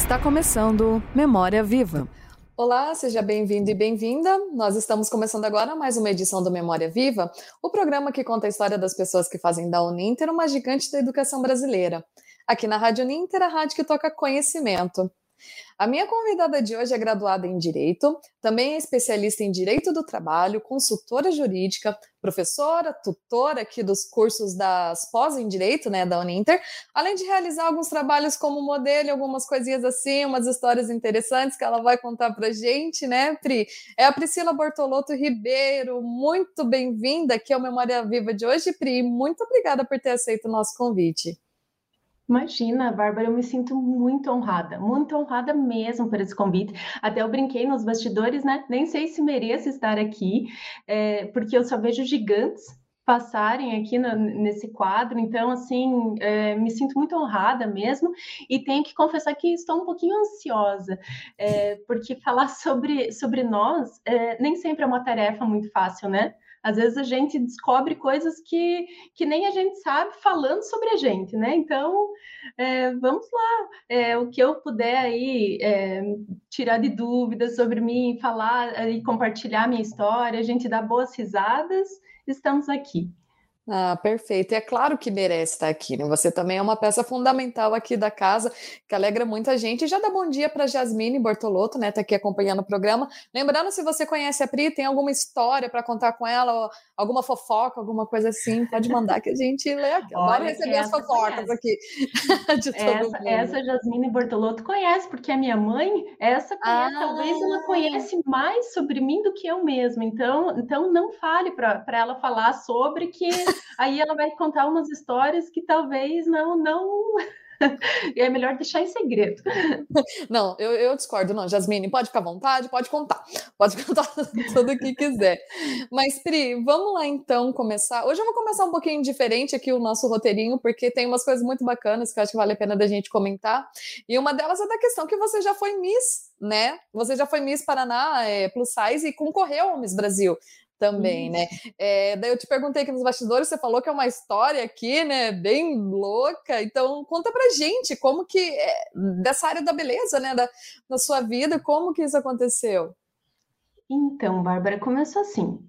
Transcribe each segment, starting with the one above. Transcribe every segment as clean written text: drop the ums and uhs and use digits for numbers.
Está começando Memória Viva. Olá, seja bem-vindo e bem-vinda. Nós estamos começando agora mais uma edição do Memória Viva, o programa que conta a história das pessoas que fazem da Uninter uma gigante da educação brasileira. Aqui na Rádio Uninter, a rádio que toca conhecimento. A minha convidada de hoje é graduada em Direito, também é especialista em Direito do Trabalho, consultora jurídica, professora, tutora aqui dos cursos das pós em Direito, da Uninter, além de realizar alguns trabalhos como modelo, algumas coisinhas assim, umas histórias interessantes que ela vai contar pra gente, né, Pri? É a Priscila Bortolotto Ribeiro, muito bem-vinda aqui ao Memória Viva de hoje, Pri, muito obrigada por ter aceito o nosso convite. Imagina, Bárbara, eu me sinto muito honrada mesmo por esse convite. Até eu brinquei nos bastidores, né? Nem sei se mereço estar aqui, porque eu só vejo gigantes passarem aqui nesse quadro, então, assim, me sinto muito honrada mesmo, e tenho que confessar que estou um pouquinho ansiosa, porque falar sobre nós nem sempre é uma tarefa muito fácil, né? Às vezes a gente descobre coisas que nem a gente sabe falando sobre a gente, né? Então, vamos lá. O que eu puder aí tirar de dúvidas sobre mim, falar e compartilhar minha história, a gente dá boas risadas, estamos aqui. Ah, perfeito. E é claro que merece estar aqui, né? Você também é uma peça fundamental aqui da casa, que alegra muita gente. E já dá bom dia para Jasmine Bortolotto, né? Tá aqui acompanhando o programa. Lembrando, se você conhece a Pri, tem alguma história para contar com ela, ou alguma fofoca, alguma coisa assim, pode mandar que a gente lê aqui. Adoro receber as fofocas aqui de todo mundo. Essa Jasmine Bortolotto conhece, porque a minha mãe, essa conhece, talvez ela conhece mais sobre mim do que eu mesma. Então não fale para ela falar sobre, que aí ela vai contar umas histórias que talvez não... É melhor deixar em segredo. Não, eu discordo, não. Jasmine, pode ficar à vontade, pode contar tudo o que quiser. Mas, Pri, vamos lá então começar. Hoje eu vou começar um pouquinho diferente aqui o nosso roteirinho, porque tem umas coisas muito bacanas que eu acho que vale a pena da gente comentar. E uma delas é da questão que você já foi Miss, né? Você já foi Miss Paraná Plus Size e concorreu ao Miss Brasil também, né? Daí eu te perguntei aqui nos bastidores, você falou que é uma história aqui, né, bem louca, então conta pra gente como que, dessa área da beleza, né, da sua vida, como que isso aconteceu? Então, Bárbara, começou assim,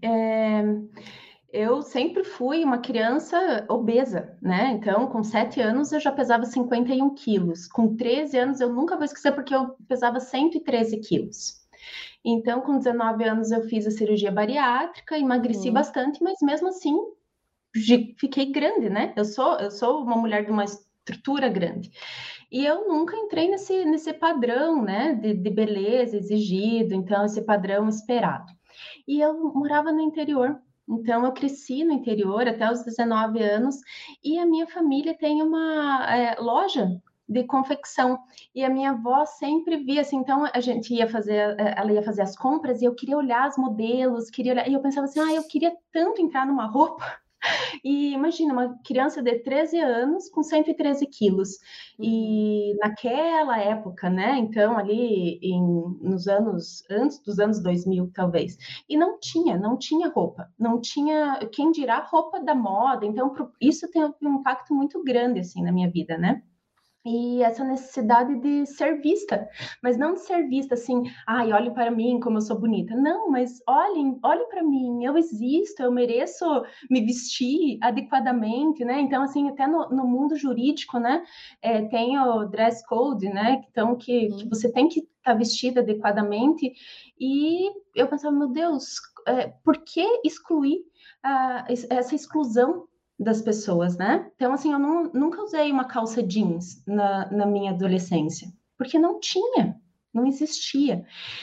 eu sempre fui uma criança obesa, né? Então, com 7 anos eu já pesava 51 quilos, com 13 anos eu nunca vou esquecer porque eu pesava 113 quilos. Então, com 19 anos, eu fiz a cirurgia bariátrica, emagreci bastante, mas mesmo assim, fiquei grande, né? Eu sou uma mulher de uma estrutura grande. E eu nunca entrei nesse padrão, né, de beleza exigido, então, esse padrão esperado. E eu morava no interior. Então, eu cresci no interior até os 19 anos, e a minha família tem uma loja de confecção, e a minha avó sempre via assim, então a gente ela ia fazer as compras, e eu queria olhar os modelos, e eu pensava assim, eu queria tanto entrar numa roupa. E imagina, uma criança de 13 anos com 113 quilos. E naquela época, né? Então, ali nos anos, antes dos anos 2000, talvez. E não tinha roupa. Não tinha, quem dirá, roupa da moda. Então, isso tem um impacto muito grande, assim, na minha vida, né? E essa necessidade de ser vista, mas não de ser vista assim, olhem para mim como eu sou bonita. Não, mas olhem para mim, eu existo, eu mereço me vestir adequadamente, né? Então, assim, até no mundo jurídico, né, tem o dress code, né? Então, que você tem que estar vestida adequadamente. E eu pensava, meu Deus, por que excluir essa exclusão das pessoas, né? Então, assim, eu nunca usei uma calça jeans na minha adolescência, porque não existia.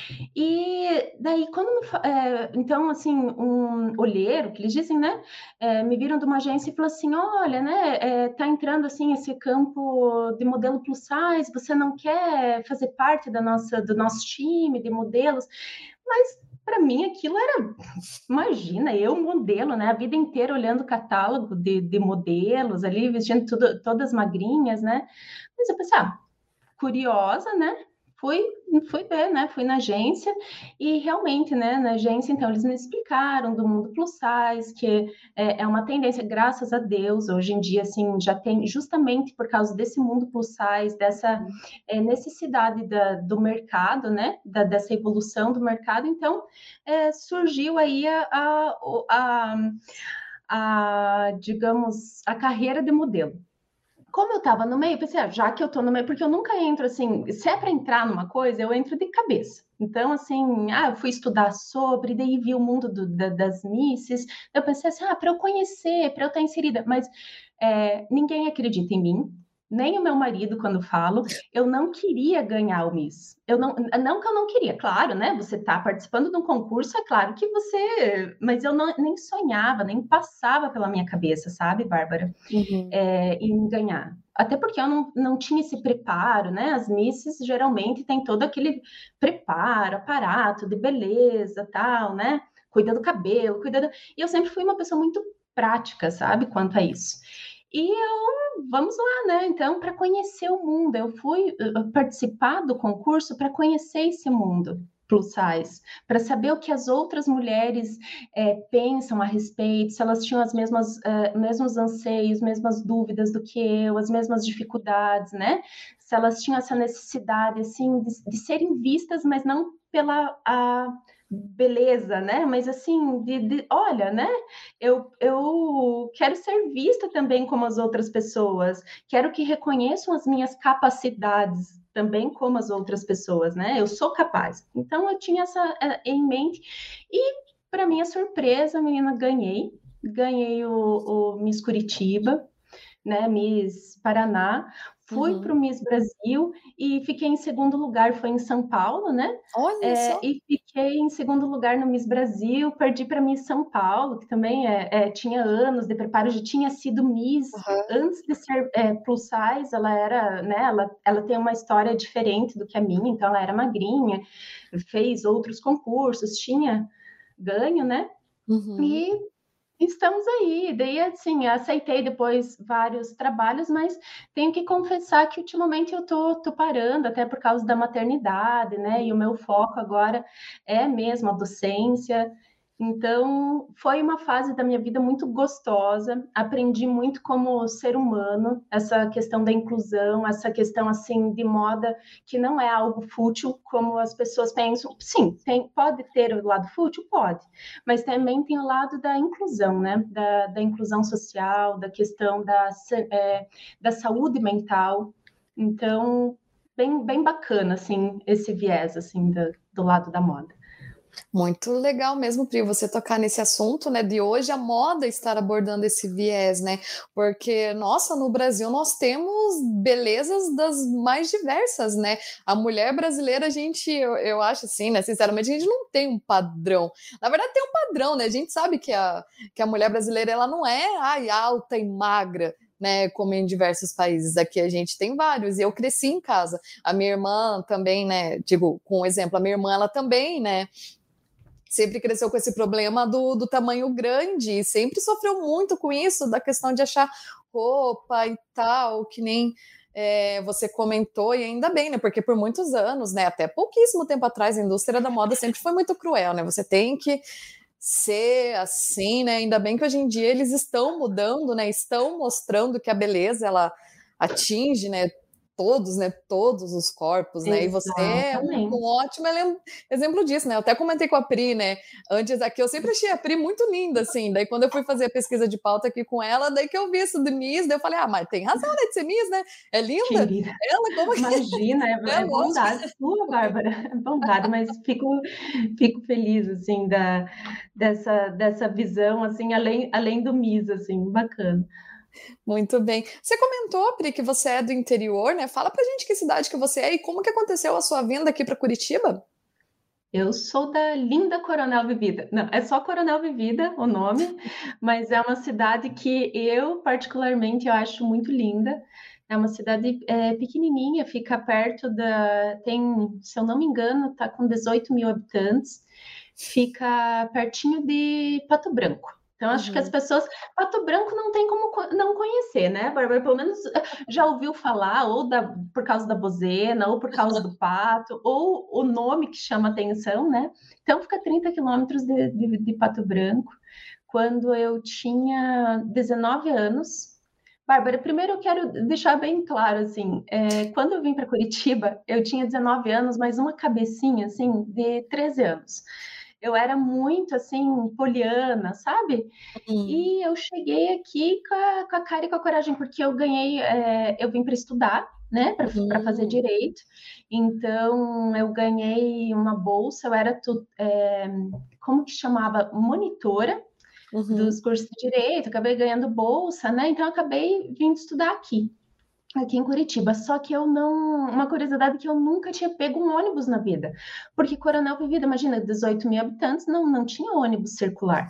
E daí, então, assim, um olheiro, que eles dizem, né, me viram de uma agência e falou assim, olha, né, tá entrando, assim, esse campo de modelo plus size, você não quer fazer parte do nosso time de modelos? Mas para mim aquilo era, imagina, eu modelo, né, a vida inteira olhando o catálogo de modelos ali, vestindo todas magrinhas, né, mas eu pensei, curiosa, né, fui ver, né? Fui na agência e realmente, né? Na agência, então, eles me explicaram do mundo plus size, que é uma tendência, graças a Deus, hoje em dia, assim, já tem, justamente por causa desse mundo plus size, dessa necessidade do mercado, né? Dessa evolução do mercado, então, surgiu aí digamos, a carreira de modelo. Como eu estava no meio, eu pensei, já que eu estou no meio, porque eu nunca entro assim, se é para entrar numa coisa, eu entro de cabeça. Então, assim, eu fui estudar sobre, daí vi o mundo das misses, eu pensei assim, para eu conhecer, para eu estar inserida, mas ninguém acredita em mim, nem o meu marido quando falo, eu não queria ganhar o Miss. Não que eu não queria, claro, né? Você está participando de um concurso, é claro que você... Mas eu nem sonhava, nem passava pela minha cabeça, sabe, Bárbara? Em ganhar. Até porque eu não tinha esse preparo, né? As misses geralmente têm todo aquele preparo, aparato de beleza, tal, né? Cuida do cabelo, E eu sempre fui uma pessoa muito prática, sabe? Quanto a isso. E vamos lá, né? Então, para conhecer o mundo, eu fui participar do concurso para conhecer esse mundo plus size, para saber o que as outras mulheres pensam a respeito, se elas tinham as mesmos anseios, mesmas dúvidas do que eu, as mesmas dificuldades, né? Se elas tinham essa necessidade, assim, de serem vistas, mas não pela beleza, né? Mas assim, olha, né? Eu quero ser vista também como as outras pessoas, quero que reconheçam as minhas capacidades também como as outras pessoas, né? Eu sou capaz. Então, eu tinha essa em mente. E, para minha surpresa, menina, ganhei o Miss Curitiba, né? Miss Paraná. Fui para o Miss Brasil e fiquei em segundo lugar, foi em São Paulo, né? Olha só. E fiquei em segundo lugar no Miss Brasil, perdi para Miss São Paulo, que também tinha anos de preparo, já tinha sido Miss antes de ser plus size, ela era, né? Ela tem uma história diferente do que a minha, então ela era magrinha, fez outros concursos, tinha ganho, né? E estamos aí, daí assim, aceitei depois vários trabalhos, mas tenho que confessar que ultimamente eu tô parando, até por causa da maternidade, né? E o meu foco agora é mesmo a docência. Então, foi uma fase da minha vida muito gostosa, aprendi muito como ser humano, essa questão da inclusão, essa questão, assim, de moda, que não é algo fútil, como as pessoas pensam. Sim, pode ter o lado fútil? Pode, mas também tem o lado da inclusão, né? Da inclusão social, da questão da saúde mental. Então, bem bacana, assim, esse viés, assim, do lado da moda. Muito legal mesmo, Pri, você tocar nesse assunto, né, de hoje a moda estar abordando esse viés, né, porque, nossa, no Brasil nós temos belezas das mais diversas, né, a mulher brasileira, eu acho assim, né, sinceramente, a gente não tem um padrão, na verdade tem um padrão, né, a gente sabe que a mulher brasileira, ela não é, alta e magra, né, como em diversos países. Aqui a gente tem vários, e eu cresci em casa. A minha irmã também, né, digo, com um exemplo, a minha irmã, ela também, né, sempre cresceu com esse problema do tamanho grande, e sempre sofreu muito com isso, da questão de achar roupa e tal, que nem você comentou, e ainda bem, né? Porque por muitos anos, né? Até pouquíssimo tempo atrás, a indústria da moda sempre foi muito cruel, né? Você tem que ser assim, né? Ainda bem que hoje em dia eles estão mudando, né? Estão mostrando que a beleza ela atinge, né? Todos os corpos, né? Exatamente. E você é um ótimo exemplo disso, né? Eu até comentei com a Pri, né? Antes aqui, eu sempre achei a Pri muito linda, assim. Daí, quando eu fui fazer a pesquisa de pauta aqui com ela, daí que eu vi isso de Miss, daí eu falei, mas tem razão, né? De ser Miss, né? É linda. Querida, ela, como que... imagina, é bondade sua, Bárbara, é bondade, mas fico feliz, assim, dessa visão, assim, além do Miss, assim, bacana. Muito bem. Você comentou, Pri, que você é do interior, né? Fala pra gente que cidade que você é e como que aconteceu a sua vinda aqui para Curitiba. Eu sou da linda Coronel Vivida. Não, é só Coronel Vivida o nome, mas é uma cidade que eu, particularmente, eu acho muito linda. É uma cidade pequenininha, fica perto tem, se eu não me engano, está com 18 mil habitantes. Fica pertinho de Pato Branco. Então, acho que as pessoas... Pato Branco não tem como não conhecer, né, Bárbara? Pelo menos já ouviu falar, ou por causa da bozena, ou por causa do pato, ou o nome que chama atenção, né? Então, fica 30 quilômetros de Pato Branco. Quando eu tinha 19 anos... Bárbara, primeiro eu quero deixar bem claro, assim, quando eu vim para Curitiba, eu tinha 19 anos, mas uma cabecinha, assim, de 13 anos. Eu era muito, assim, poliana, sabe? E eu cheguei aqui com a cara e com a coragem, porque eu ganhei, eu vim para estudar, né, para fazer direito. Então, eu ganhei uma bolsa, eu era, como que chamava? Monitora dos cursos de direito, acabei ganhando bolsa, né? Então, eu acabei vindo estudar aqui em Curitiba. Só que eu não... Uma curiosidade que eu nunca tinha pego um ônibus na vida. Porque Coronel Vivida, imagina, 18 mil habitantes, não tinha ônibus circular.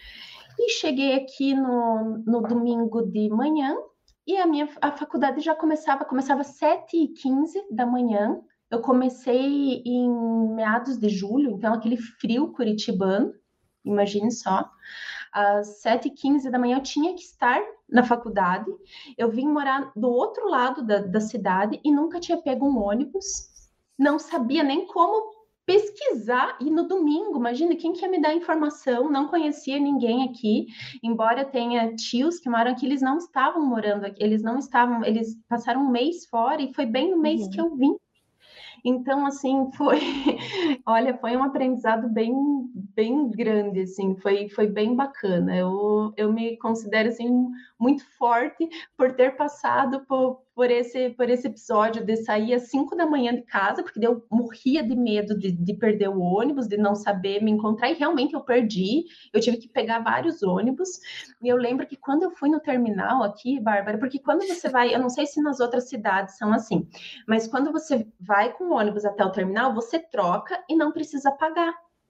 E cheguei aqui no domingo de manhã e a faculdade já começava às 7h15 da manhã. Eu comecei em meados de julho, então aquele frio curitibano, imagine só. Às 7h15 da manhã eu tinha que estar na faculdade. Eu vim morar do outro lado da cidade e nunca tinha pego um ônibus. Não sabia nem como pesquisar, e no domingo, imagina, quem que ia me dar informação? Não conhecia ninguém aqui, embora tenha tios que moram aqui, eles não estavam morando aqui, eles passaram um mês fora, e foi bem no mês que eu vim. Então, assim, olha, foi um aprendizado bem, bem grande, assim, foi bem bacana. Eu me considero, assim, muito forte por ter passado por esse episódio de sair às 5 da manhã de casa, porque eu morria de medo de perder o ônibus, de não saber me encontrar, e realmente eu perdi. Eu tive que pegar vários ônibus. E eu lembro que quando eu fui no terminal aqui, Bárbara, porque quando você vai, eu não sei se nas outras cidades são assim, mas quando você vai com o ônibus até o terminal, você troca e não precisa pagar.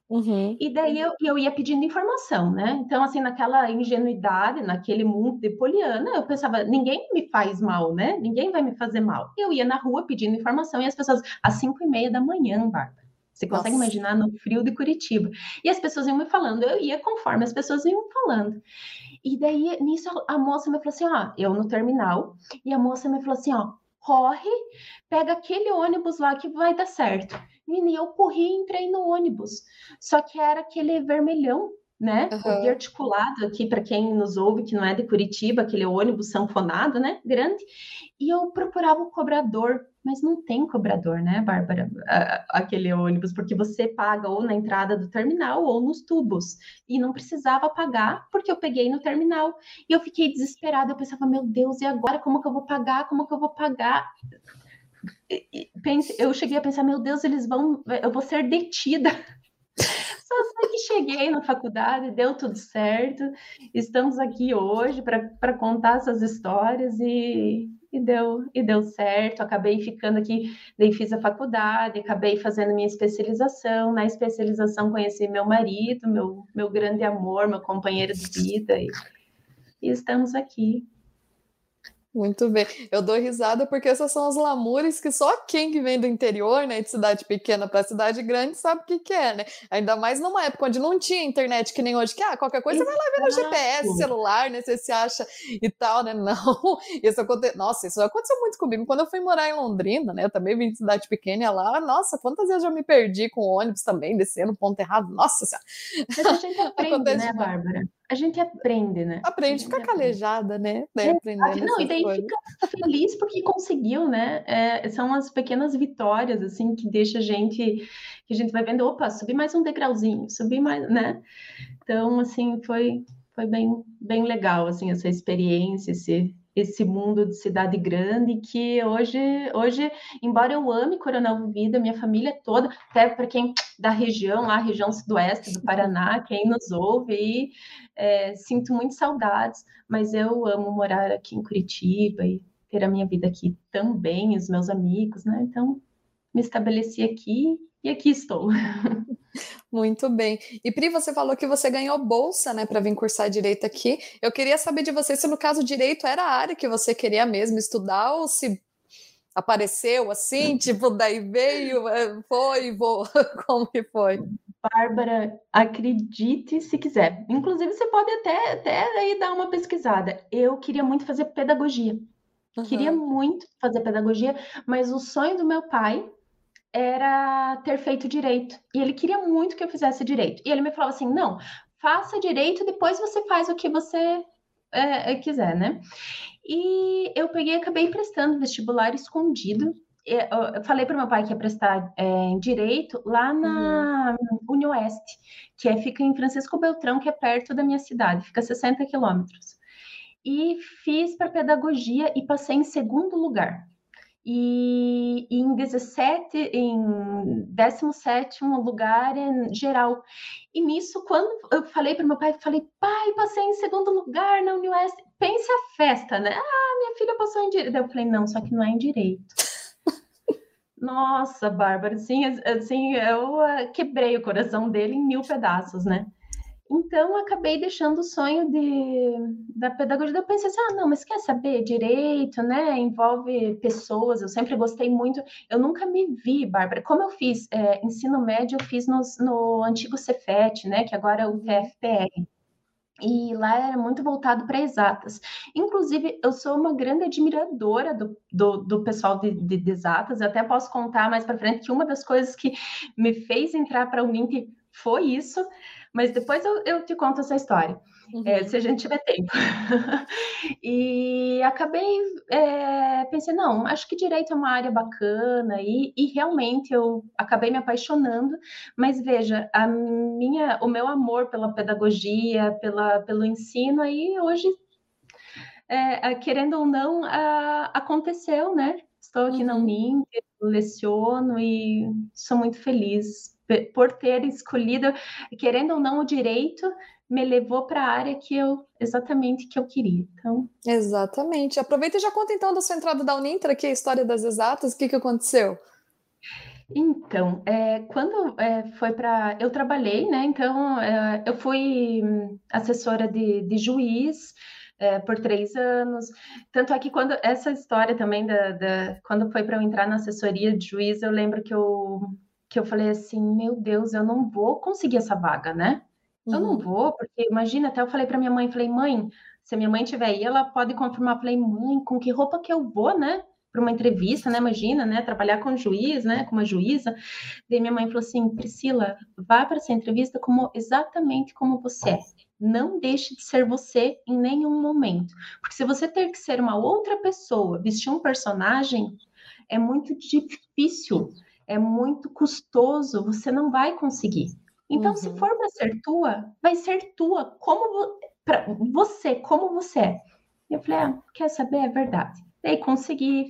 E daí eu ia pedindo informação, né? Então, assim, naquela ingenuidade, naquele mundo de poliana, eu pensava, ninguém me faz mal, né? Ninguém vai me fazer mal. Eu ia na rua pedindo informação e as pessoas, às 5h30 da manhã, Bárbara. Você consegue imaginar no frio de Curitiba? E as pessoas iam me falando, eu ia conforme as pessoas iam falando. E daí, nisso, a moça me falou assim, ó, eu no terminal, e a moça me falou assim, ó, corre, pega aquele ônibus lá que vai dar certo. Menina, eu corri e entrei no ônibus. Só que era aquele vermelhão, né? O biarticulado aqui, para quem nos ouve, que não é de Curitiba, aquele ônibus sanfonado, né? Grande. E eu procurava o cobrador, mas não tem cobrador, né, Bárbara? Aquele ônibus, porque você paga ou na entrada do terminal ou nos tubos. E não precisava pagar, porque eu peguei no terminal. E eu fiquei desesperada, eu pensava, meu Deus, e agora como que eu vou pagar? Como que eu vou pagar? Eu cheguei a pensar, meu Deus, eu vou ser detida. Só sei que cheguei na faculdade, deu tudo certo. Estamos aqui hoje para contar essas histórias e deu certo. Acabei ficando aqui, daí fiz a faculdade, acabei fazendo minha especialização. Na especialização conheci meu marido, meu grande amor, meu companheiro de vida, e estamos aqui. Muito bem. Eu dou risada porque essas são as lamúrias que só quem que vem do interior, né, de cidade pequena para cidade grande, sabe o que é, né? Ainda mais numa época onde não tinha internet que nem hoje, que qualquer coisa você vai lá ver no GPS, celular, né, você se acha e tal, né? Não, nossa, isso aconteceu muito comigo. Quando eu fui morar em Londrina, né, eu também vim de cidade pequena e lá, nossa, quantas vezes eu me perdi com o ônibus também, descendo no ponto errado, nossa senhora. Mas a gente aprende, né, Bárbara? A gente aprende, né? Aprende, fica calejada, né? Não, e daí fica feliz porque conseguiu, né? São as pequenas vitórias, assim, que deixa que a gente vai vendo, opa, subir mais um degrauzinho, subir mais, né? Então, assim, foi bem, bem legal, assim, essa experiência, esse mundo de cidade grande que hoje, embora eu ame Coronel Vivida, minha família toda, até para quem da região, lá, região sudoeste do Paraná, quem nos ouve, sinto muito saudades, mas eu amo morar aqui em Curitiba e ter a minha vida aqui também, os meus amigos, né? Então, me estabeleci aqui e aqui estou. Muito bem. E Pri, você falou que você ganhou bolsa, né, para vir cursar direito aqui. Eu queria saber de você se no caso direito era a área que você queria mesmo estudar ou se apareceu assim, tipo, daí veio, foi, vou, como que foi? Bárbara, acredite se quiser. Inclusive, você pode até aí dar uma pesquisada. Eu queria muito fazer pedagogia. Queria muito fazer pedagogia, mas o sonho do meu pai era ter feito direito. E ele queria muito que eu fizesse direito. E ele me falava assim: não, faça direito, depois você faz o que você quiser, né? E eu peguei e acabei prestando vestibular escondido. Eu falei para meu pai que ia prestar em direito lá na UniOeste, fica em Francisco Beltrão, que é perto da minha cidade, fica a 60 quilômetros. E fiz para pedagogia e passei em segundo lugar. E em 17º lugar em geral. E nisso, quando eu falei para meu pai, pai, passei em segundo lugar na UniOeste. Pense a festa, né? Ah, minha filha passou em direito. Daí eu falei, não, só que não é em direito. Nossa, Bárbara, assim, eu quebrei o coração dele em 1000 pedaços, né? Então, acabei deixando o sonho da pedagogia. Eu pensei assim, não, mas quer saber? Direito, né? Envolve pessoas, eu sempre gostei muito. Eu nunca me vi, Bárbara. Como eu fiz ensino médio, eu fiz no antigo Cefet, né? Que agora é o TFPR. E lá era muito voltado para exatas. Inclusive, eu sou uma grande admiradora do pessoal de exatas. Eu até posso contar mais para frente que uma das coisas que me fez entrar para a Uninter foi isso, mas depois eu te conto essa história, se a gente tiver tempo. E acabei pensando, não, acho que direito é uma área bacana, e realmente eu acabei me apaixonando, mas veja, o meu amor pela pedagogia, pelo ensino, aí hoje, querendo ou não, aconteceu, né? Estou aqui na Uninter, leciono e sou muito feliz por ter escolhido, querendo ou não, o direito me levou para a área exatamente que eu queria. Então, exatamente. Aproveita e já conta então da sua entrada da Uninter, aqui a história das exatas, o que aconteceu? Então, quando foi para... Eu trabalhei, né? Então, eu fui assessora de juiz por 3 anos. Tanto é que quando essa história também quando foi para eu entrar na assessoria de juiz, eu lembro que eu falei assim, meu Deus, eu não vou conseguir essa vaga, né? Eu não vou, porque imagina, até eu falei para minha mãe, falei, mãe, se a minha mãe tiver aí, ela pode confirmar. Falei, mãe, com que roupa que eu vou, né? Para uma entrevista, né? Imagina, né? Trabalhar com um juiz, né? Com uma juíza. Daí minha mãe falou assim, Priscila, vá para essa entrevista exatamente como você é. Não deixe de ser você em nenhum momento. Porque se você ter que ser uma outra pessoa, vestir um personagem, é muito difícil, é muito custoso, você não vai conseguir. Então, se for para ser tua, vai ser tua, para você, como você é. E eu falei, quer saber? É verdade. Daí consegui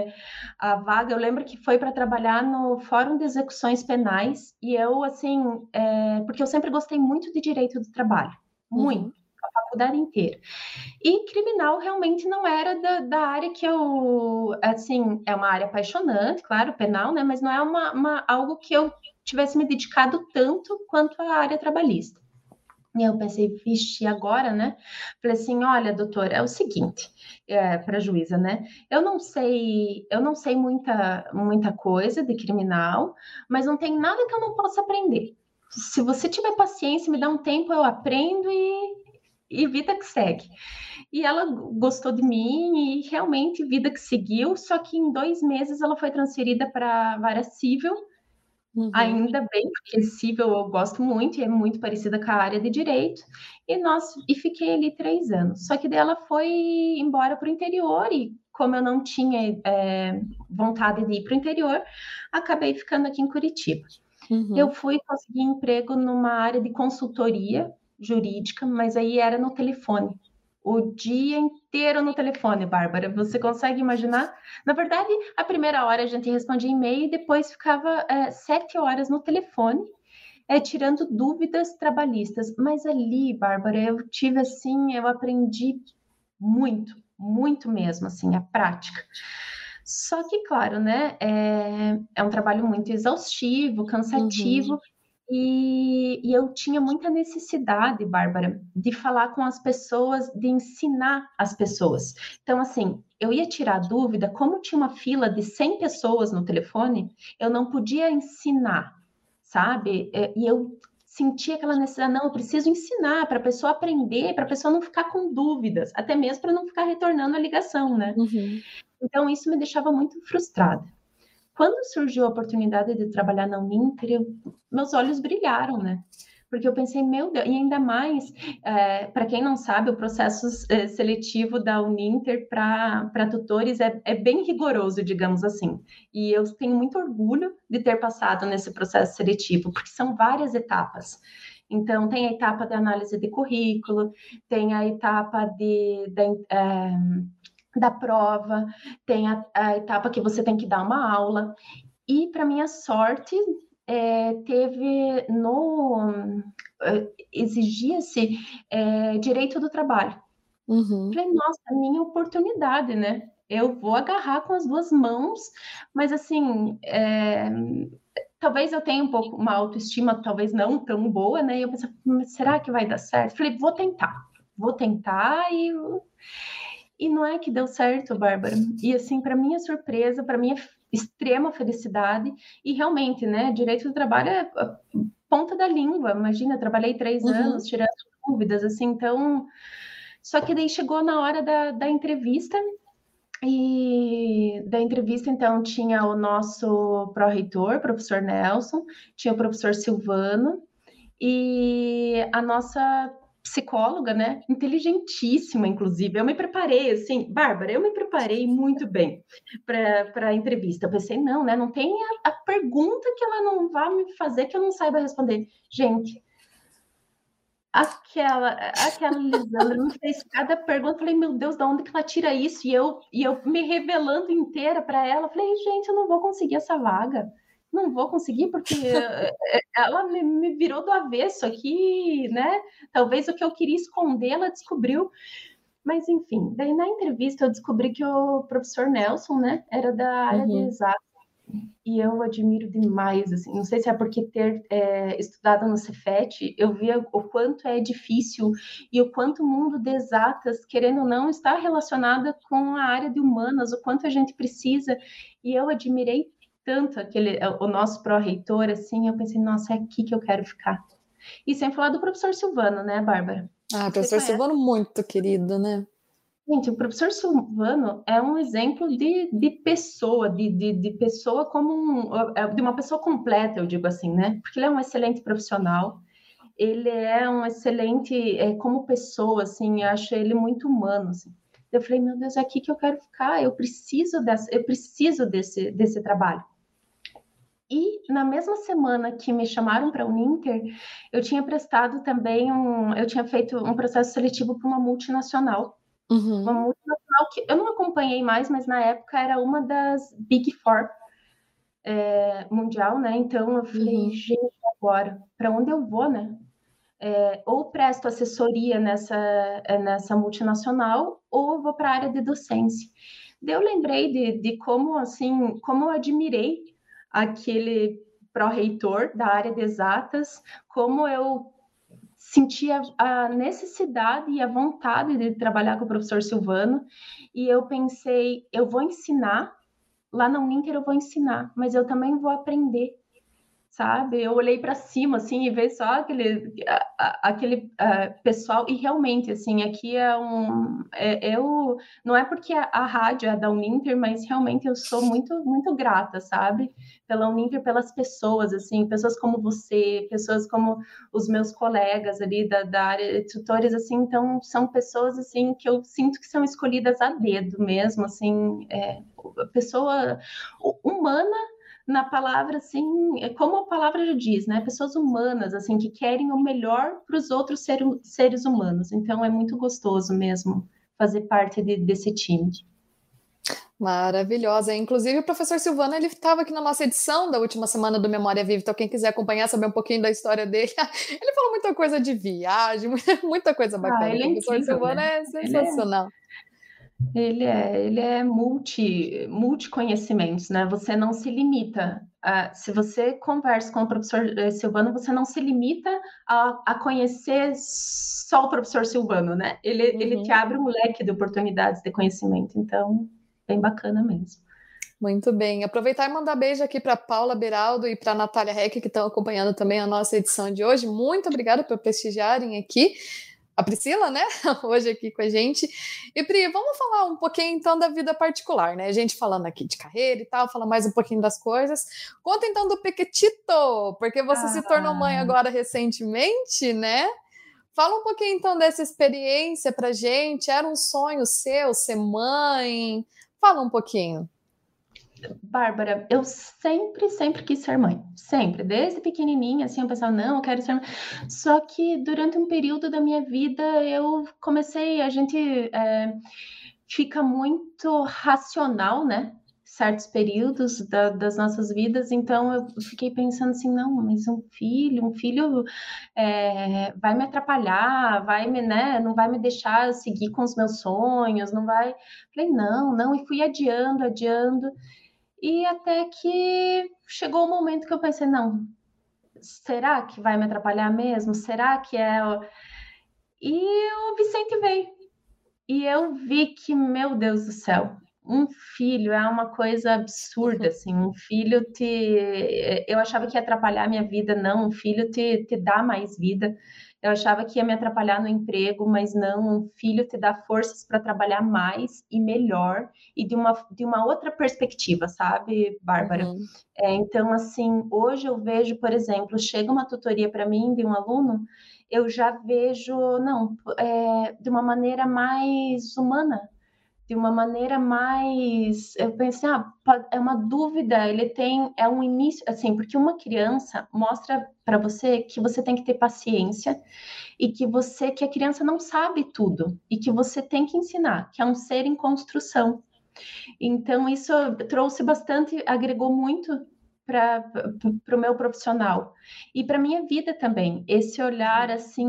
a vaga. Eu lembro que foi para trabalhar no Fórum de Execuções Penais, e eu, assim, porque eu sempre gostei muito de direito do trabalho, muito, a faculdade inteira. E criminal realmente não era da área que eu, assim, é uma área apaixonante, claro, penal, né? Mas não é algo que eu tivesse me dedicado tanto quanto a área trabalhista. E eu pensei, vixe, agora, né? Falei assim, olha, doutora, é o seguinte, para a juíza, né? Eu não sei muita coisa de criminal, mas não tem nada que eu não possa aprender. Se você tiver paciência, me dá um tempo, eu aprendo e vida que segue. E ela gostou de mim e realmente vida que seguiu, só que em 2 meses ela foi transferida para a vara civil. Ainda bem, porque civil eu gosto muito e é muito parecida com a área de direito. E fiquei ali 3 anos. Só que daí ela foi embora para o interior e como eu não tinha vontade de ir para o interior, acabei ficando aqui em Curitiba. Eu fui conseguir emprego numa área de consultoria jurídica, mas aí era no telefone. O dia inteiro no telefone, Bárbara. Você consegue imaginar? Na verdade, a primeira hora a gente respondia e-mail e depois ficava 7 horas no telefone, tirando dúvidas trabalhistas. Mas ali, Bárbara, eu aprendi muito, muito mesmo, assim, a prática. Só que, claro, né, é um trabalho muito exaustivo, cansativo, e eu tinha muita necessidade, Bárbara, de falar com as pessoas, de ensinar as pessoas. Então, assim, eu ia tirar dúvida, como tinha uma fila de 100 pessoas no telefone, eu não podia ensinar sabe? E eu senti aquela necessidade, não, eu preciso ensinar para a pessoa aprender, para a pessoa não ficar com dúvidas, até mesmo para não ficar retornando a ligação, né? Uhum. Então, isso me deixava muito frustrada. Quando surgiu a oportunidade de trabalhar na Uninter, meus olhos brilharam, né? Porque eu pensei, meu Deus, e ainda mais, para quem não sabe, o processo seletivo da Uninter para tutores é bem rigoroso, digamos assim. E eu tenho muito orgulho de ter passado nesse processo seletivo, porque são várias etapas. Então, tem a etapa de análise de currículo, tem a etapa da prova, tem a etapa que você tem que dar uma aula. E, para minha sorte, teve exigia-se direito do trabalho. Uhum. Falei, nossa, minha oportunidade, né? Eu vou agarrar com as duas mãos, mas assim, talvez eu tenha um pouco uma autoestima, talvez não tão boa, né? E eu pensei, será que vai dar certo? Falei, vou tentar e não é que deu certo, Bárbara. E assim, para minha surpresa, para minha extrema felicidade, e realmente, né, direito do trabalho é a ponta da língua. Imagina, eu trabalhei 3 anos tirando dúvidas, assim, então... Só que daí chegou na hora da entrevista, e da entrevista, então, tinha o nosso pró-reitor, professor Nelson, tinha o professor Silvano, e a nossa psicóloga, né, inteligentíssima, inclusive. Eu me preparei, assim, Bárbara, eu me preparei muito bem para a entrevista. Eu pensei, não, né, não tem a pergunta que ela não vá me fazer que eu não saiba responder. Gente, aquela Lisandra me fez cada pergunta. Eu falei, meu Deus, de onde que ela tira isso? E eu me revelando inteira para ela. Falei, gente, eu não vou conseguir essa vaga. Não vou conseguir, porque ela me virou do avesso aqui, né? Talvez o que eu queria esconder, ela descobriu. Mas, enfim, daí na entrevista eu descobri que o professor Nelson, né, era da área de exatas. E eu admiro demais, assim, não sei se é porque ter estudado no Cefet, eu via o quanto é difícil e o quanto o mundo de exatas, querendo ou não, está relacionada com a área de humanas, o quanto a gente precisa, e eu admirei tanto o nosso pró-reitor, assim, eu pensei, nossa, é aqui que eu quero ficar. E sem falar do professor Silvano, né, Bárbara? Ah, professor Silvano, muito querido, né? Gente, o professor Silvano é um exemplo de pessoa, de pessoa como de uma pessoa completa, eu digo assim, né? Porque ele é um excelente profissional, ele é um excelente como pessoa, assim, eu acho ele muito humano, assim. Eu falei, meu Deus, é aqui que eu quero ficar, eu preciso desse trabalho. E na mesma semana que me chamaram para a Uninter, eu tinha prestado também eu tinha feito um processo seletivo para uma multinacional. Uma multinacional que eu não acompanhei mais, mas na época era uma das Big Four mundial, né? Então eu falei, gente, agora, para onde eu vou, né? Ou presto assessoria nessa multinacional, ou vou para a área de docência. Daí eu lembrei de como, assim, como eu admirei aquele pró-reitor da área de exatas, como eu sentia a necessidade e a vontade de trabalhar com o professor Silvano, e eu pensei, eu vou ensinar, lá na Uninter eu vou ensinar, mas eu também vou aprender, sabe? Eu olhei para cima, assim, e vi só aquele pessoal, e realmente, assim, aqui não é porque a rádio é da Uninter, mas realmente eu sou muito, muito grata, sabe? Pela Uninter, pelas pessoas, assim, pessoas como você, pessoas como os meus colegas ali da área de tutores, assim, então são pessoas, assim, que eu sinto que são escolhidas a dedo mesmo, assim, pessoa humana, na palavra, assim, como a palavra já diz, né? Pessoas humanas, assim, que querem o melhor para os outros seres humanos. Então, é muito gostoso mesmo fazer parte desse time. Maravilhosa. Inclusive, o professor Silvano, ele estava aqui na nossa edição da última semana do Memória Viva, então quem quiser acompanhar, saber um pouquinho da história dele, ele falou muita coisa de viagem, muita coisa bacana. Ele é O professor incrível, Silvano, né? é sensacional. Ele é multi conhecimentos, né? Você não se limita. Se você conversa com o professor Silvano, você não se limita a conhecer só o professor Silvano, né? Ele te abre um leque de oportunidades de conhecimento. Então, bem bacana mesmo. Muito bem. Aproveitar e mandar beijo aqui para Paula Beraldo e para Natália Reck, que estão acompanhando também a nossa edição de hoje. Muito obrigada por prestigiarem aqui. A Priscila, né? Hoje aqui com a gente. E Pri, vamos falar um pouquinho então da vida particular, né? A gente falando aqui de carreira e tal, falar mais um pouquinho das coisas. Conta então do Pequetito, porque você se tornou mãe agora recentemente, né? Fala um pouquinho então dessa experiência pra gente. Era um sonho seu ser mãe? Fala um pouquinho. Bárbara, eu sempre quis ser mãe, sempre, desde pequenininha, assim, eu pensava, não, eu quero ser mãe. Só que durante um período da minha vida, a gente fica muito racional, né? Certos períodos das nossas vidas, então eu fiquei pensando assim, não, mas um filho vai me atrapalhar, né, não vai me deixar seguir com os meus sonhos, não vai. Falei, não, e fui adiando, e até que chegou o momento que eu pensei, não, será que vai me atrapalhar mesmo? Será que é... E o Vicente veio. E eu vi que, meu Deus do céu, um filho é uma coisa absurda, assim, um filho eu achava que ia atrapalhar a minha vida, não, um filho te dá mais vida. Eu achava que ia me atrapalhar no emprego, mas não, um filho te dá forças para trabalhar mais e melhor e de uma outra perspectiva, sabe, Bárbara? Uhum. Então, assim, hoje eu vejo, por exemplo, chega uma tutoria para mim de um aluno, eu já vejo, não, de uma maneira mais humana, de uma maneira mais, eu pensei, é uma dúvida, é um início, assim, porque uma criança mostra para você que você tem que ter paciência e que a criança não sabe tudo e que você tem que ensinar, que é um ser em construção. Então isso trouxe bastante, agregou muito para o meu profissional e para minha vida também, esse olhar assim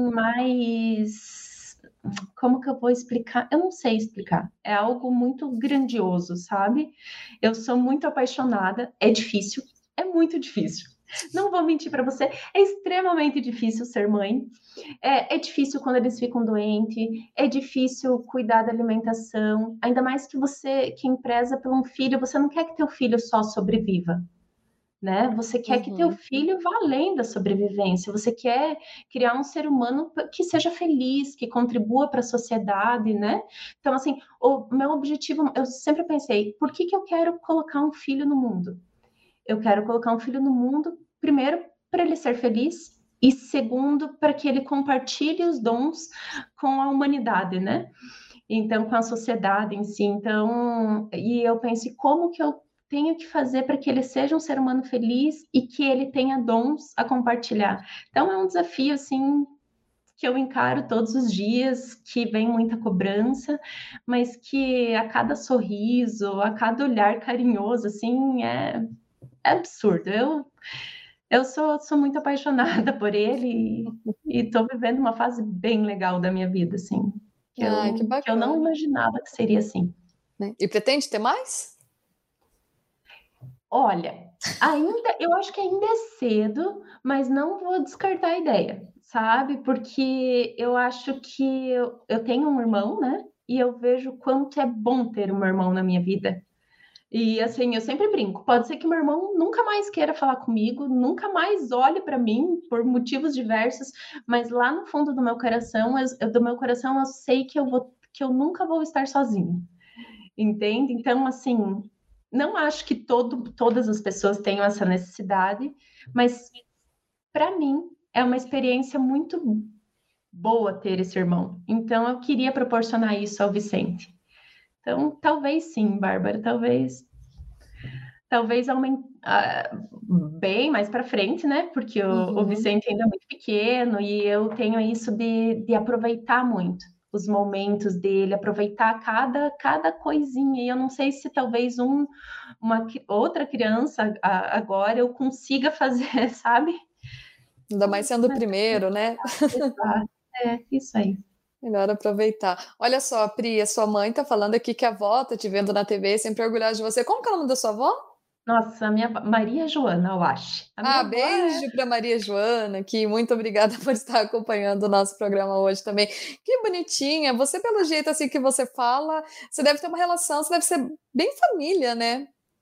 mais, como que eu vou explicar? Eu não sei explicar. É algo muito grandioso, sabe? Eu sou muito apaixonada. É difícil, é muito difícil. Não vou mentir para você, é extremamente difícil ser mãe. É difícil quando eles ficam doentes, é difícil cuidar da alimentação. Ainda mais que você, quem preza por um filho, você não quer que teu filho só sobreviva. Né? Você quer que teu filho vá além da sobrevivência, você quer criar um ser humano que seja feliz, que contribua para a sociedade, né? Então, assim, o meu objetivo, eu sempre pensei, por que eu quero colocar um filho no mundo? Eu quero colocar um filho no mundo, primeiro, para ele ser feliz, e segundo, para que ele compartilhe os dons com a humanidade, né? Então, com a sociedade em si. Então, e eu penso, como que eu tenho que fazer para que ele seja um ser humano feliz e que ele tenha dons a compartilhar? Então, é um desafio, assim, que eu encaro todos os dias, que vem muita cobrança, mas que a cada sorriso, a cada olhar carinhoso, assim, é absurdo. Eu sou muito apaixonada por ele e estou vivendo uma fase bem legal da minha vida, assim, que Ai, que eu não bacana. imaginava que seria assim. Né? E pretende ter mais? Olha, eu acho que ainda é cedo, mas não vou descartar a ideia, sabe? Porque eu acho que eu tenho um irmão, né? E eu vejo quanto é bom ter um irmão na minha vida. E assim, eu sempre brinco, pode ser que meu irmão nunca mais queira falar comigo, nunca mais olhe para mim por motivos diversos, mas lá no fundo do meu coração, eu sei que eu nunca vou estar sozinha. Entende? Então, assim, não acho que todas as pessoas tenham essa necessidade, mas para mim é uma experiência muito boa ter esse irmão. Então, eu queria proporcionar isso ao Vicente. Então, talvez sim, Bárbara, talvez bem mais para frente, né? Porque o Vicente ainda é muito pequeno e eu tenho isso de aproveitar muito os momentos dele, aproveitar cada coisinha. E eu não sei se talvez uma outra criança agora eu consiga fazer, sabe? Ainda mais sendo o primeiro, né? É, isso aí. Melhor aproveitar. Olha só, Pri, a sua mãe tá falando aqui que a avó tá te vendo na TV, sempre orgulhosa de você. Como que é o nome da sua avó? Nossa, a minha Maria Joana, eu acho. A minha avó Beijo para Maria Joana, que muito obrigada por estar acompanhando o nosso programa hoje também. Que bonitinha. Você, pelo jeito assim que você fala, você deve ter uma relação, você deve ser bem família, né?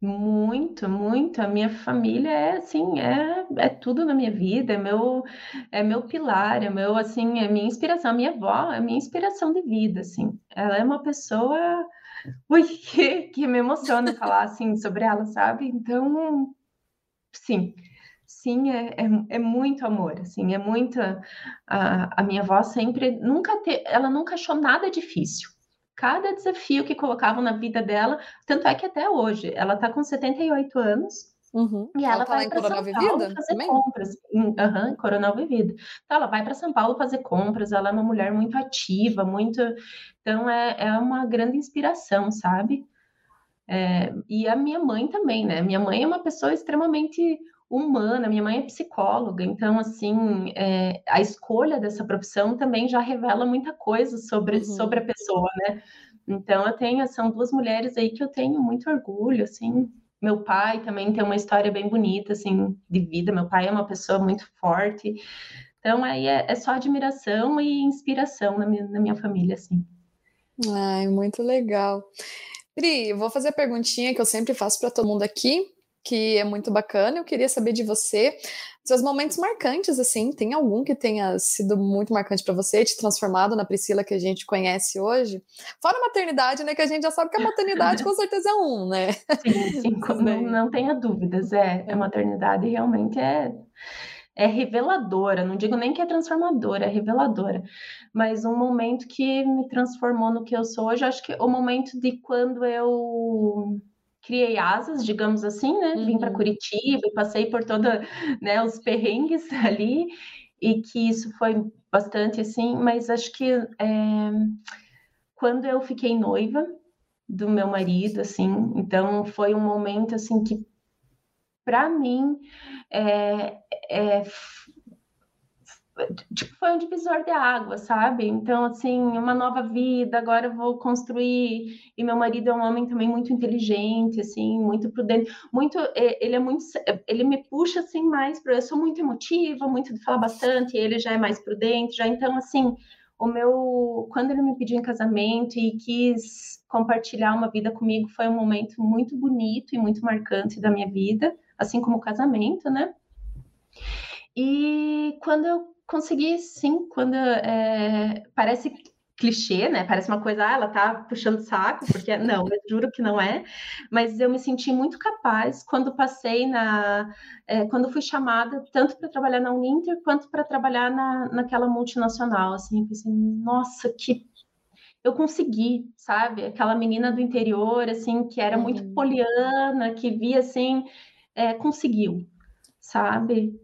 Muito, muito. A minha família é assim, é tudo na minha vida, é meu pilar, assim, é minha inspiração. A minha avó é minha inspiração de vida, assim. Ela é uma pessoa, ui, que me emociona falar assim sobre ela, sabe? Então, sim, sim, é muito amor, assim, é muita. A minha avó sempre, ela nunca achou nada difícil. Cada desafio que colocavam na vida dela, tanto é que até hoje, ela está com 78 anos Uhum. e Ela ela tá lá vai em para Coronel São Paulo Vivida fazer também? compras, em Coronel Vivida. Então, ela vai para São Paulo fazer compras, ela é uma mulher muito ativa, muito. Então, é uma grande inspiração, sabe? E a minha mãe também, né? Minha mãe é uma pessoa extremamente humana, minha mãe é psicóloga, então, assim, a escolha dessa profissão também já revela muita coisa sobre Uhum. a pessoa, né? Então, são duas mulheres aí que eu tenho muito orgulho, assim. Meu pai também tem uma história bem bonita, assim, de vida. Meu pai é uma pessoa muito forte. Então, aí é só admiração e inspiração na minha família, assim. Ai, muito legal. Pri, vou fazer a perguntinha que eu sempre faço para todo mundo aqui, que é muito bacana. Eu queria saber de você, seus momentos marcantes, assim, tem algum que tenha sido muito marcante para você, te transformado na Priscila que a gente conhece hoje? Fora a maternidade, né? Que a gente já sabe que a maternidade com certeza é um, né? Sim, sim, Mas não, daí. não tenha dúvidas. A maternidade realmente é reveladora. Não digo nem que é transformadora, é reveladora. Mas um momento que me transformou no que eu sou hoje, acho que o momento de quando eu criei asas, digamos assim, né? Vim para Uhum, Curitiba e passei por toda, né, os perrengues ali, e que isso foi bastante assim, mas acho que quando eu fiquei noiva do meu marido, assim, então foi um momento assim que para mim é, é, tipo, foi um divisor de água, sabe? Então, assim, uma nova vida, agora eu vou construir. E meu marido é um homem também muito inteligente, assim, muito prudente, muito, ele é muito, ele me puxa assim mais para, eu sou muito emotiva, muito de falar bastante, e ele já é mais prudente, já então assim, quando ele me pediu em casamento e quis compartilhar uma vida comigo, foi um momento muito bonito e muito marcante da minha vida, assim como o casamento, né? E quando eu consegui, sim, parece clichê, né? Parece uma coisa, ela tá puxando saco, porque não, eu juro que não é. Mas eu me senti muito capaz quando quando fui chamada tanto para trabalhar na Uninter quanto para trabalhar naquela multinacional, assim, eu pensei, nossa, que eu consegui, sabe? Aquela menina do interior, assim, que era muito uhum. poliana, que via assim, conseguiu, sabe?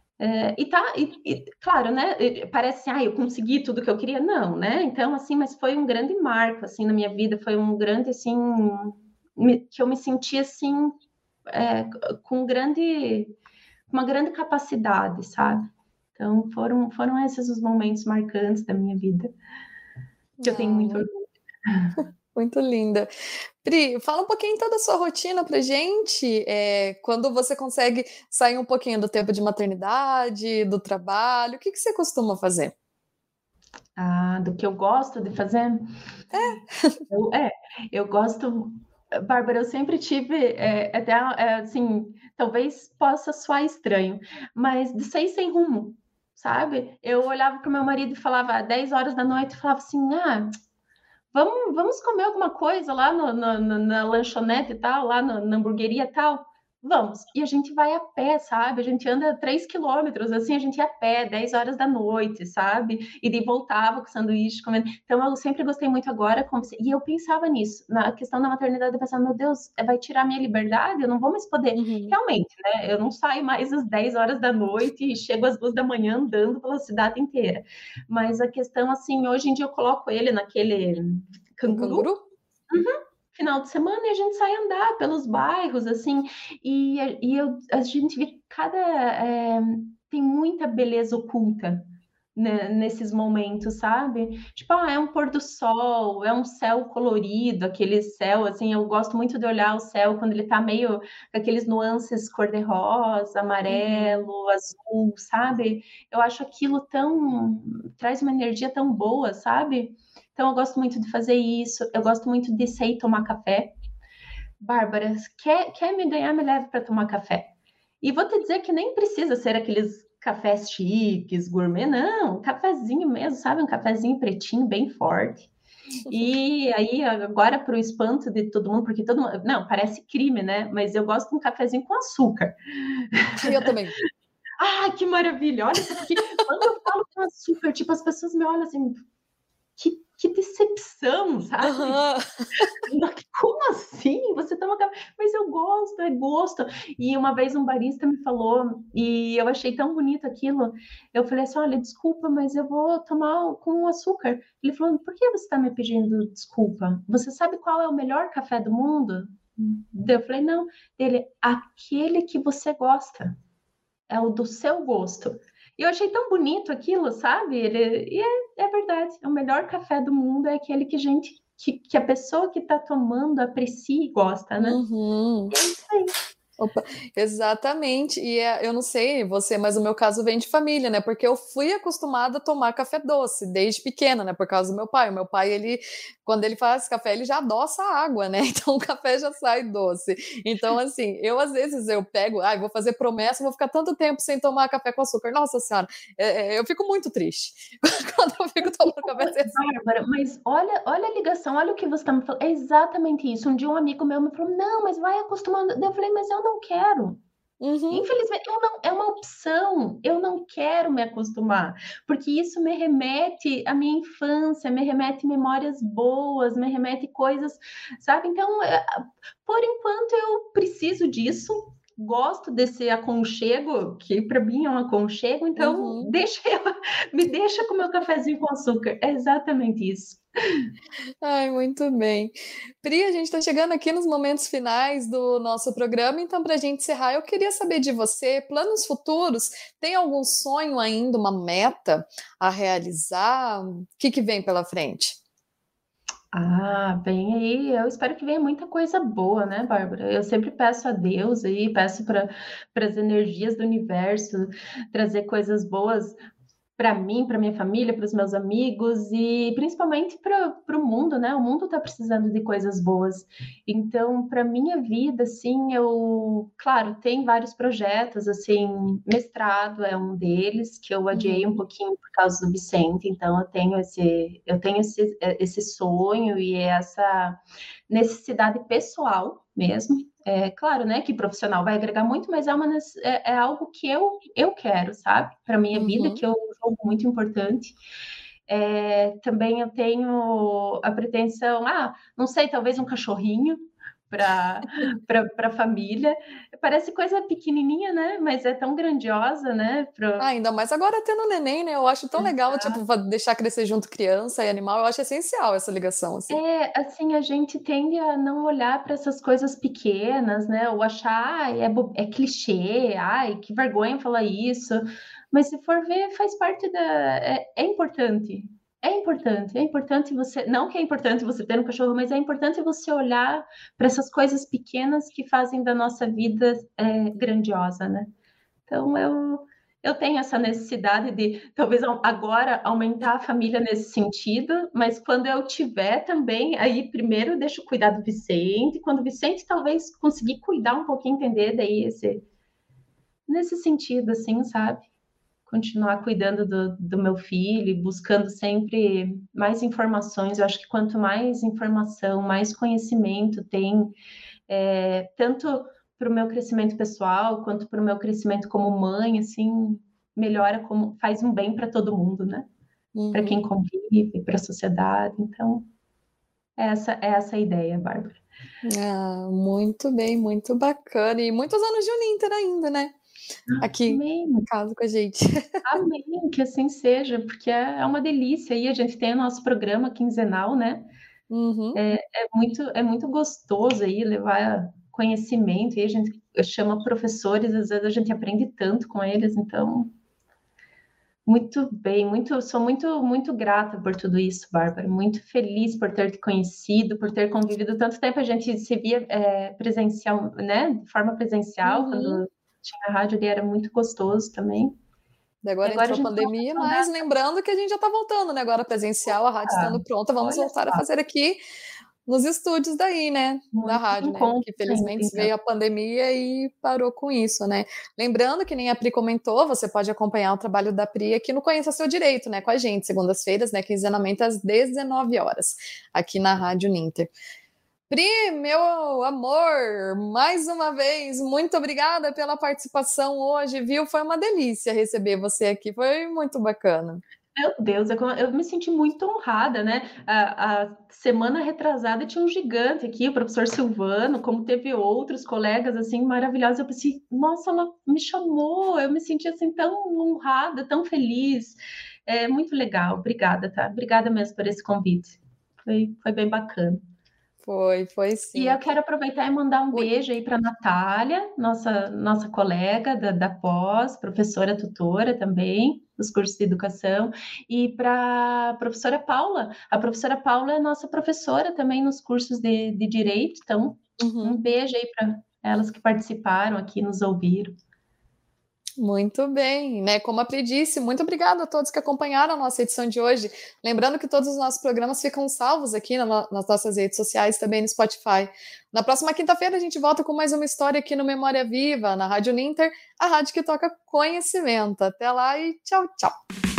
Claro, né? Parece, eu consegui tudo que eu queria, não, né? Então, assim, mas foi um grande marco, assim, na minha vida, foi um grande, assim, que eu me senti, assim, é, com uma grande capacidade, sabe? Então, foram esses os momentos marcantes da minha vida, que eu tenho Ah, muito muito, orgulho. muito linda. Pri, fala um pouquinho então da sua rotina pra gente. Quando você consegue sair um pouquinho do tempo de maternidade, do trabalho, o que que você costuma fazer? Do que eu gosto de fazer? Eu, é, eu gosto, Bárbara, eu sempre tive, até, assim, talvez possa soar estranho, mas de sair sem rumo, sabe? Eu olhava para o meu marido e falava, 10 horas da noite, e falava assim, vamos comer alguma coisa lá na lanchonete e tal, lá na hamburgueria e tal? Vamos. E a gente vai a pé, sabe? A gente anda 3 quilômetros, assim, a gente ia a pé, 10 horas da noite, sabe? E daí voltava com sanduíche, comendo. Então, eu sempre gostei muito agora. E eu pensava nisso, na questão da maternidade, eu pensava, meu Deus, vai tirar minha liberdade? Eu não vou mais poder. Uhum. Realmente, né? Eu não saio mais às 10 horas da noite e chego às 2 da manhã andando pela cidade inteira. Mas a questão, assim, hoje em dia eu coloco ele naquele Um canguru, canguru? final de semana, e a gente sai andar pelos bairros, assim, a gente vê tem muita beleza oculta, né, nesses momentos, sabe? Tipo, é um pôr do sol, é um céu colorido, aquele céu, assim, eu gosto muito de olhar o céu quando ele tá meio com aqueles nuances cor-de-rosa, Uhum. amarelo, azul, sabe? Eu acho aquilo traz uma energia tão boa, sabe? Então eu gosto muito de fazer isso, eu gosto muito de sair tomar café, Bárbara, quer me ganhar, me leve para tomar café. E vou te dizer que nem precisa ser aqueles cafés chiques, gourmet, não, um cafezinho mesmo, sabe? Um cafezinho pretinho, bem forte. E aí, agora, para o espanto de todo mundo, porque todo mundo... Não, parece crime, né? Mas eu gosto de um cafezinho com açúcar. Eu também. Ah, que maravilha! Olha, porque quando eu falo com açúcar, tipo, as pessoas me olham assim, que decepção, sabe? Uhum. Como assim? Você toma café? Mas eu gosto, é gosto. E uma vez um barista me falou, e eu achei tão bonito aquilo. Eu falei assim: olha, desculpa, mas eu vou tomar com açúcar. Ele falou: por que você está me pedindo desculpa? Você sabe qual é o melhor café do mundo? Eu falei: não. Ele, aquele que você gosta. É o do seu gosto. E eu achei tão bonito aquilo, sabe? É verdade. O melhor café do mundo é aquele que que a pessoa que está tomando aprecia e gosta, né? Uhum. E é isso aí. Opa, exatamente. E eu não sei você, mas o meu caso vem de família, né? Porque eu fui acostumada a tomar café doce desde pequena, né? Por causa do meu pai. O meu pai, ele, quando ele faz café, ele já adoça a água, né? Então o café já sai doce. Então, assim, eu às vezes eu pego, vou fazer promessa, vou ficar tanto tempo sem tomar café com açúcar. Nossa Senhora, eu fico muito triste quando eu fico tomando café sem açúcar. Bárbara, mas olha a ligação, olha o que você está me falando. É exatamente isso. Um dia um amigo meu me falou: não, mas vai acostumando. Eu falei: mas eu não quero. Uhum. Infelizmente, eu não, é uma opção, eu não quero me acostumar, porque isso me remete à minha infância, me remete memórias boas, me remete coisas, sabe? Então, por enquanto, eu preciso disso, gosto desse aconchego, que para mim é um aconchego, então Uhum. me deixa com meu cafezinho com açúcar. É exatamente isso. Ai, muito bem. Pri, a gente está chegando aqui nos momentos finais do nosso programa, então, para a gente encerrar, eu queria saber de você, planos futuros, tem algum sonho ainda, uma meta a realizar? O que vem pela frente? Ah, vem aí. Eu espero que venha muita coisa boa, né, Bárbara? Eu sempre peço a Deus aí, peço para as energias do universo trazer coisas boas para mim, para minha família, para os meus amigos e principalmente para o mundo, né? O mundo está precisando de coisas boas. Então, para minha vida, assim, eu, claro, tem vários projetos, assim, mestrado é um deles que eu adiei um Uhum. pouquinho por causa do Vicente. Então, esse sonho e essa necessidade pessoal mesmo. É claro, né, que profissional vai agregar muito, mas é algo que eu quero, sabe? Para minha vida, que Uhum. eu julgo muito importante. Também eu tenho a pretensão, não sei, talvez um cachorrinho para a família. Parece coisa pequenininha, né? Mas é tão grandiosa, né? Ainda mais agora tendo neném, né? Eu acho tão legal, tipo, deixar crescer junto criança e animal, eu acho essencial essa ligação, assim. Assim, a gente tende a não olhar para essas coisas pequenas, né? Ou achar, é clichê, ai, que vergonha falar isso. Mas se for ver, faz parte é importante. É importante você. Não que é importante você ter um cachorro, mas é importante você olhar para essas coisas pequenas que fazem da nossa vida grandiosa, né? Então, eu tenho essa necessidade de, talvez agora, aumentar a família nesse sentido, mas quando eu tiver também, aí primeiro deixo cuidar do Vicente, quando o Vicente talvez conseguir cuidar um pouquinho, entender daí nesse sentido, assim, sabe? Continuar cuidando do meu filho, buscando sempre mais informações. Eu acho que quanto mais informação, mais conhecimento tem, tanto para o meu crescimento pessoal quanto para o meu crescimento como mãe, assim, melhora, como faz um bem para todo mundo, né? Para quem Uhum. convive, para a sociedade. Então, essa a ideia, Bárbara. Muito bem, muito bacana. E muitos anos de Uninter ainda, né? Aqui em Amém, casa com a gente. amém, que assim seja, porque é uma delícia. E a gente tem o nosso programa quinzenal, né? Uhum. É muito gostoso aí levar conhecimento, e a gente chama professores, às vezes a gente aprende tanto com eles, então muito bem, sou muito grata por tudo isso, Bárbara, muito feliz por ter te conhecido, por ter convivido tanto tempo, a gente se via presencial, né, de forma presencial, Uhum. quando tinha a rádio ali, era muito gostoso também, Daí e agora agora a entrou a gente está pandemia, uma mas lembrando que a gente já está voltando, né? Agora presencial, a rádio estando pronta, vamos olha voltar a só, fazer aqui nos estúdios daí, né, da Muito rádio, né, encontro que felizmente sempre, veio a pandemia e parou com isso, né. Lembrando que nem a Pri comentou, você pode acompanhar o trabalho da Pri aqui no Conheça Seu Direito, né, com a gente, segundas-feiras, né, quinzenalmente às 19h, aqui na Rádio Ninter. Pri, meu amor, mais uma vez, muito obrigada pela participação hoje, viu? Foi uma delícia receber você aqui, foi muito bacana. Meu Deus, eu me senti muito honrada, né? A semana retrasada tinha um gigante aqui, o professor Silvano, como teve outros colegas assim maravilhosos. Eu pensei, nossa, ela me chamou, eu me senti assim tão honrada, tão feliz. É muito legal, obrigada, tá? Obrigada mesmo por esse convite. Foi bem bacana. Foi E sim. eu quero aproveitar e mandar um Oi. beijo aí para a Natália, nossa colega da pós, professora tutora também, dos cursos de educação, e para a professora Paula. A professora Paula é nossa professora também nos cursos de Direito, então um Uhum. beijo aí para elas que participaram aqui, nos ouviram. Muito bem, né? Como a Pri disse, muito obrigada a todos que acompanharam a nossa edição de hoje. Lembrando que todos os nossos programas ficam salvos aqui nas nossas redes sociais, também no Spotify. Na próxima quinta-feira a gente volta com mais uma história aqui no Memória Viva, na Rádio Ninter, a rádio que toca conhecimento. Até lá e tchau, tchau.